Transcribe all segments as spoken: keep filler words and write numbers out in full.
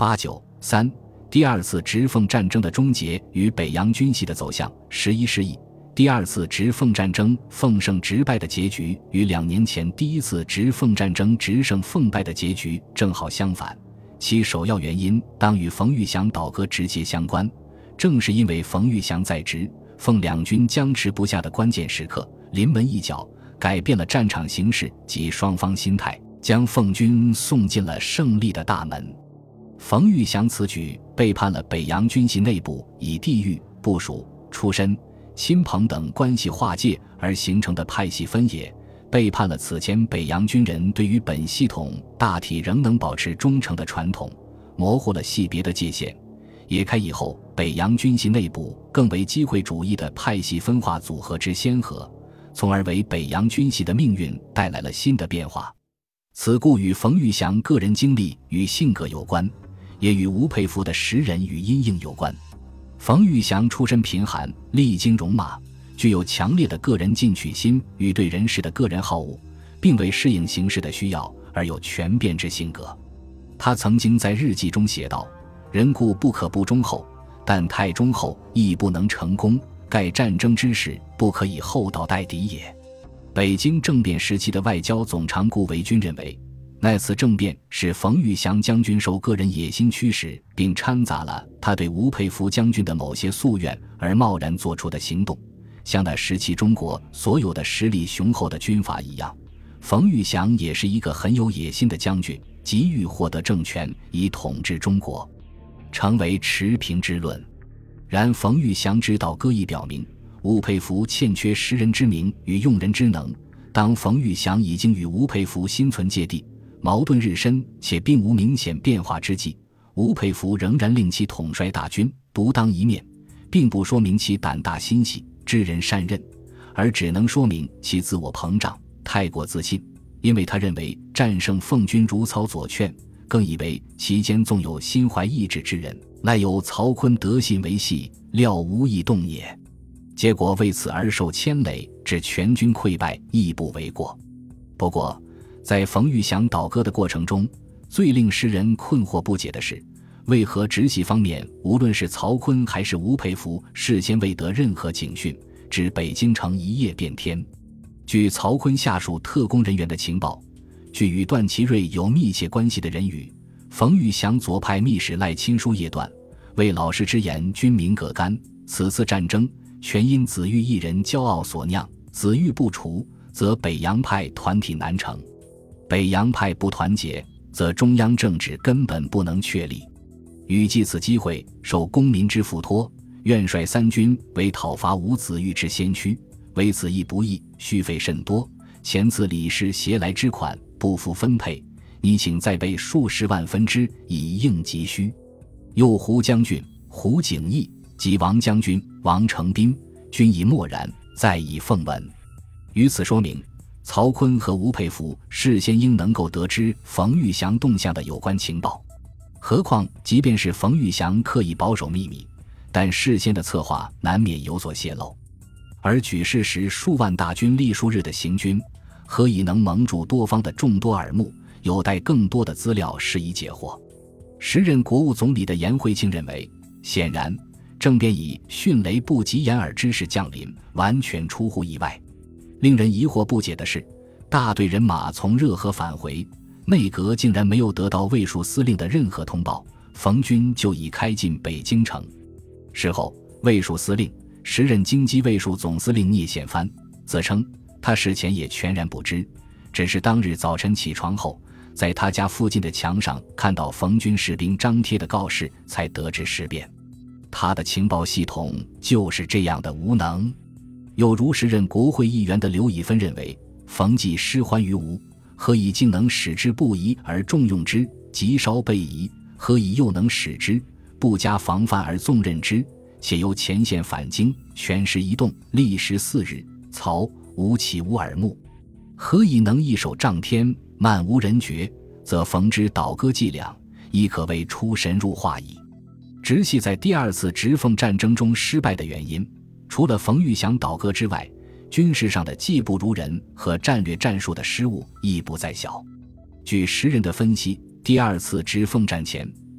八九三第二次直奉战争的终结与北洋军系的走向。十一世纪第二次直奉战争奉胜直败的结局与两年前第一次直奉战争直胜奉败的结局正好相反，其首要原因当与冯玉祥倒戈直接相关。正是因为冯玉祥在直奉两军僵持不下的关键时刻临门一脚，改变了战场形势及双方心态，将奉军送进了胜利的大门。冯玉祥此举背叛了北洋军系内部以地域、部属、出身、亲朋等关系划界而形成的派系分野，背叛了此前北洋军人对于本系统大体仍能保持忠诚的传统，模糊了系别的界限，也开以后北洋军系内部更为机会主义的派系分化组合之先河，从而为北洋军系的命运带来了新的变化。此故与冯玉祥个人经历与性格有关，也与吴佩孚的识人与因应有关。冯玉祥出身贫寒，历经戎马，具有强烈的个人进取心与对人事的个人好恶，并为适应形势的需要而有权变之性格。他曾经在日记中写道：人固不可不忠厚，但太忠厚亦不能成功，盖战争之事不可以厚道待敌也。北京政变时期的外交总长顾维钧认为，那次政变是冯玉祥将军受个人野心驱使，并掺杂了他对吴佩孚将军的某些夙愿而贸然做出的行动。像那时期中国所有的实力雄厚的军阀一样，冯玉祥也是一个很有野心的将军，急于获得政权以统治中国，成为持平之论。然冯玉祥之道各亦表明，吴佩孚欠缺识人之明与用人之能。当冯玉祥已经与吴佩孚心存芥蒂，矛盾日深且并无明显变化之际，吴佩孚仍然令其统帅大军，独当一面，并不说明其胆大心细、知人善任，而只能说明其自我膨胀、太过自信。因为他认为战胜奉军如操左券，更以为其间纵有心怀异志之人，赖有曹锟德信为系，料无易动也。结果为此而受牵累，致全军溃败，亦不为过。不过在冯玉祥倒戈的过程中，最令世人困惑不解的是，为何直系方面无论是曹锟还是吴佩孚事先未得任何警讯，致北京城一夜变天。据曹锟下属特工人员的情报，据与段祺瑞有密切关系的人语，冯玉祥左派密使赖钦书叶段为老师之言，军民各干，此次战争全因子玉一人骄傲所酿，子玉不除，则北洋派团体难成，北洋派不团结，则中央政治根本不能确立。欲借此机会受公民之付托，愿率三军为讨伐吴子玉之先驱，为此亦不易，需费甚多，前次李氏携来之款不敷分配，你请再备数十万分之，以应急需。右胡将军胡景翼及王将军王承斌均已默然，再以奉闻。于此说明曹锟和吴佩孚事先应能够得知冯玉祥动向的有关情报。何况即便是冯玉祥刻意保守秘密，但事先的策划难免有所泄露。而举事时数万大军历数日的行军，何以能蒙住多方的众多耳目，有待更多的资料施以解惑。时任国务总理的颜惠庆认为，显然政变以迅雷不及掩耳之势降临，完全出乎意外。令人疑惑不解的是，大队人马从热河返回，内阁竟然没有得到卫戍司令的任何通报，冯军就已开进北京城。事后卫戍司令时任京畿卫戍总司令聂显藩则称，他事前也全然不知，只是当日早晨起床后，在他家附近的墙上看到冯军士兵张贴的告示，才得知事变。他的情报系统就是这样的无能。又如时任国会议员的刘以芬认为，冯既失欢于吴，何以竟能使之不疑而重用之，极稍备疑，何以又能使之不加防范而纵任之，且由前线返京，全时移动，历时四日，曹吴岂无耳目？何以能一手仗天，漫无人觉？则冯之倒戈伎俩，亦可谓出神入化矣。直系在第二次直奉战争中失败的原因，除了冯玉祥倒戈之外，军事上的技不如人和战略战术的失误亦不在小。据时人的分析，第二次直奉战前，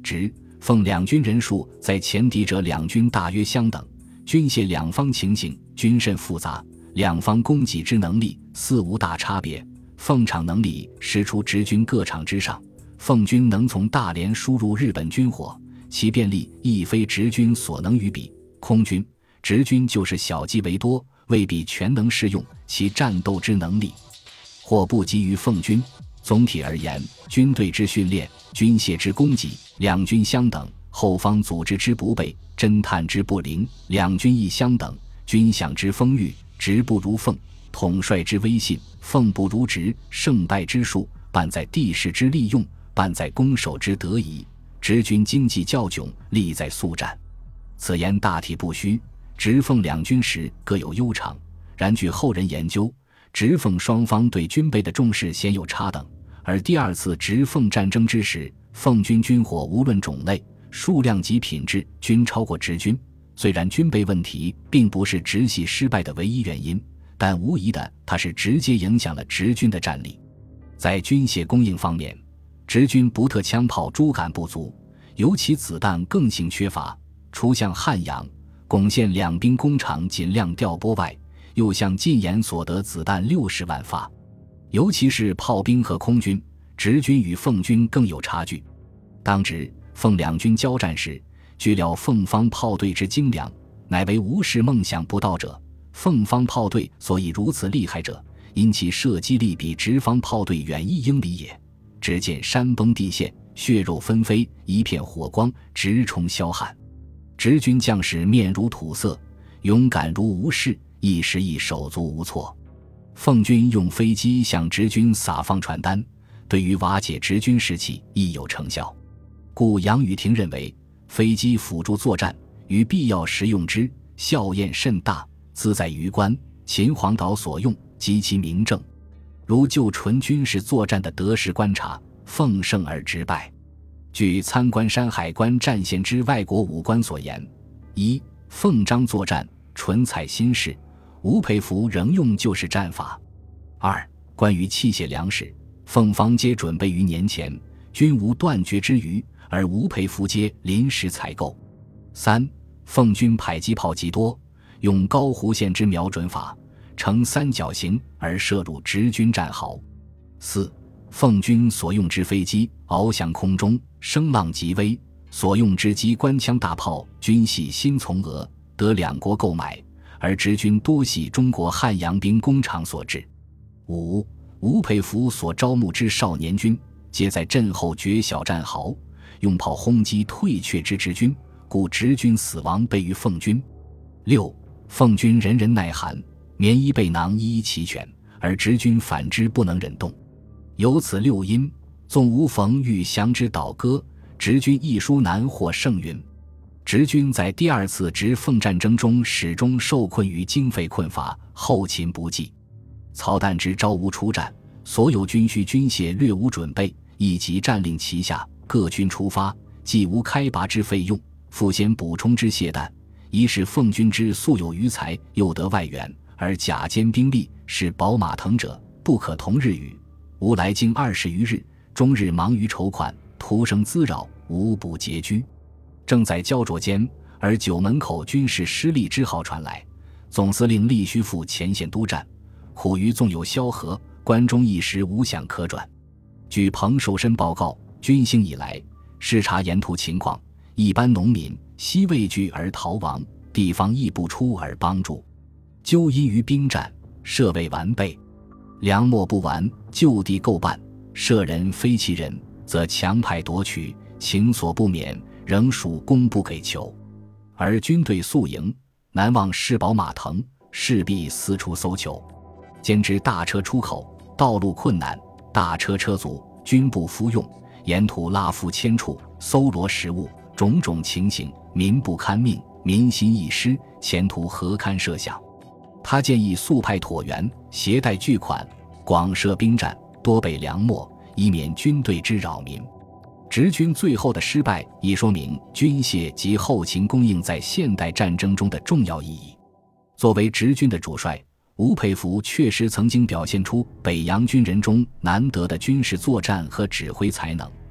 直、奉两军人数在前敌者两军大约相等，军械两方情形均甚复杂，两方供给之能力似无大差别。奉厂能力实出直军各厂之上，奉军能从大连输入日本军火，其便利亦非直军所能与比。空军、直军就是小机为多，未必全能适用，其战斗之能力或不及于奉军。总体而言，军队之训练、军械之供给，两军相等；后方组织之不备、侦探之不灵，两军亦相等；军饷之丰裕，直不如奉；统帅之威信，奉不如直；胜败之数，半在地势之利用，半在攻守之得宜。直军经济较窘，利在速战。此言大体不虚。直奉两军时各有优长，然据后人研究，直奉双方对军备的重视鲜有差等，而第二次直奉战争之时，奉军军火无论种类、数量及品质均超过直军。虽然军备问题并不是直系失败的唯一原因，但无疑的它是直接影响了直军的战力。在军械供应方面，直军不特枪炮诸杆不足，尤其子弹更性缺乏，除向汉阳、巩县两兵工厂尽量调拨外，又向晋延所得子弹六十万发。尤其是炮兵和空军，直军与奉军更有差距。当直、奉两军交战时，据料奉方炮队之精良，乃为无事梦想不到者。奉方炮队所以如此厉害者，因其射击力比直方炮队远一英里也。只见山崩地陷，血肉纷飞，一片火光，直冲霄汉。直军将士面如土色，勇敢如无事，一时亦手足无措。奉军用飞机向直军撒放传单，对于瓦解直军士气亦有成效。故杨宇霆认为，飞机辅助作战，于必要时用之，效验甚大，兹在榆关、秦皇岛所用，及其明证。如就纯军事作战的得失观察，奉胜而直败。据参观山海关战线之外国武官所言：一、奉章作战纯采新式，吴佩孚仍用旧式战法。二、关于器械粮食，奉方皆准备于年前，均无断绝之余，而吴佩孚皆临时采购。三、奉军迫击炮极多，用高弧线之瞄准法，呈三角形而射入直军战壕。四、奉军所用之飞机翱翔空中，声浪极微，所用之机关枪大炮均系新从俄、得两国购买，而直军多系中国汉阳兵工厂所制。五、吴佩孚所招募之少年军，皆在阵后掘小战壕，用炮轰击退却之直军，故直军死亡倍于奉军。六、奉军人人耐寒，棉衣被囊一一齐全，而直军反之不能忍冻。由此六因，纵无冯欲降之倒戈，直军亦殊难获胜云。直军在第二次直奉战争中始终受困于经费困乏、后勤不济，操弹之招无出战，所有军需军械略无准备，以及战令旗下，各军出发，既无开拔之费用，复先补充之械弹，一是奉军之素有余财，又得外援，而甲坚兵力是宝马腾者，不可同日语。吾来京二十余日，终日忙于筹款，徒生滋扰，无不拮据。正在焦灼间，而九门口军事失利之号传来，总司令力须赴前线督战，苦于纵有萧何，关中一时无饷可转。据彭寿申报告，军兴以来，视察沿途情况，一般农民悉畏惧而逃亡，地方亦不出而帮助。究因于兵战，设未完备，粮秣不完，就地购办，舍人非其人，则强派夺取，情所不免，仍属供不给求。而军队宿营，难望士宝马腾，势必四处搜求。兼之大车出口，道路困难，大车车阻，军不敷用，沿途拉夫千处，搜罗食物，种种情形，民不堪命，民心一失，前途何堪设想。他建议速派椭圆，携带巨款，广设兵站，多备粮秣，以免军队之扰民。直军最后的失败，已说明军械及后勤供应在现代战争中的重要意义。作为直军的主帅，吴佩孚确实曾经表现出北洋军人中难得的军事作战和指挥才能，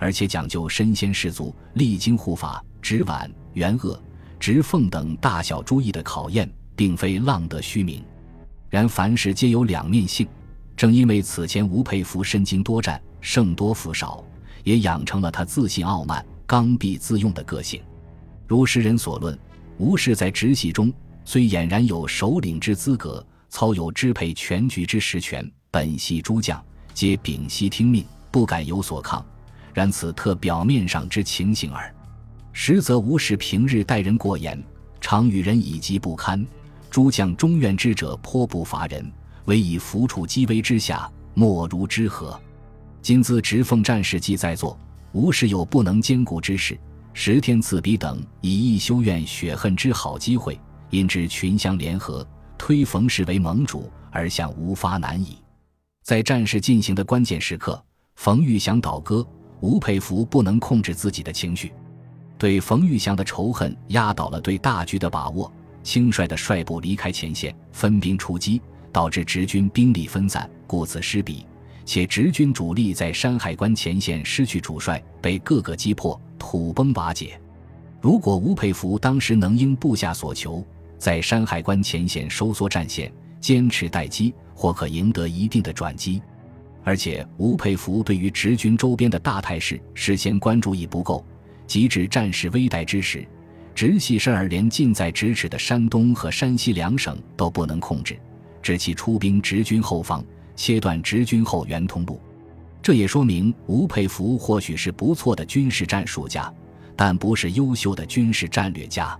而且讲究身先士卒、励精护法、直皖、元鄂、直奉等大小诸义的考验，并非浪得虚名。然凡事皆有两面性，正因为此前吴佩孚身经多战，胜多负少，也养成了他自信傲慢、刚愎自用的个性。如时人所论，吴氏在直系中虽俨然有首领之资格，操有支配全局之实权，本系诸将皆屏息听命，不敢有所抗，然此特表面上之情形耳。实则吴氏平日待人过严，常与人以疾不堪，诸将中怨之者颇不乏人，唯以伏处积危之下，莫如之何。今自直奉战事既在作，吴氏有不能兼顾之事，十天赐彼等以义修怨雪恨之好机会，因之群相联合，推冯氏为盟主，而向吴发难矣。在战事进行的关键时刻，冯玉祥倒戈，吴佩孚不能控制自己的情绪，对冯玉祥的仇恨压倒了对大局的把握，轻率地率部离开前线，分兵出击，导致直军兵力分散，顾此失彼，且直军主力在山海关前线失去主帅，被各个击破，土崩瓦解。如果吴佩孚当时能应部下所求，在山海关前线收缩战线，坚持待机，或可赢得一定的转机。而且吴佩孚对于直军周边的大态势事先关注亦不够，及至战事危殆之时，直系甚而连近在咫尺的山东和山西两省都不能控制，致其出兵直军后方，切断直军后援通路。这也说明吴佩孚或许是不错的军事战术家，但不是优秀的军事战略家。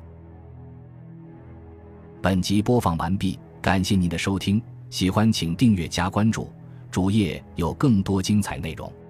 本集播放完毕，感谢您的收听，喜欢请订阅加关注，主页有更多精彩内容。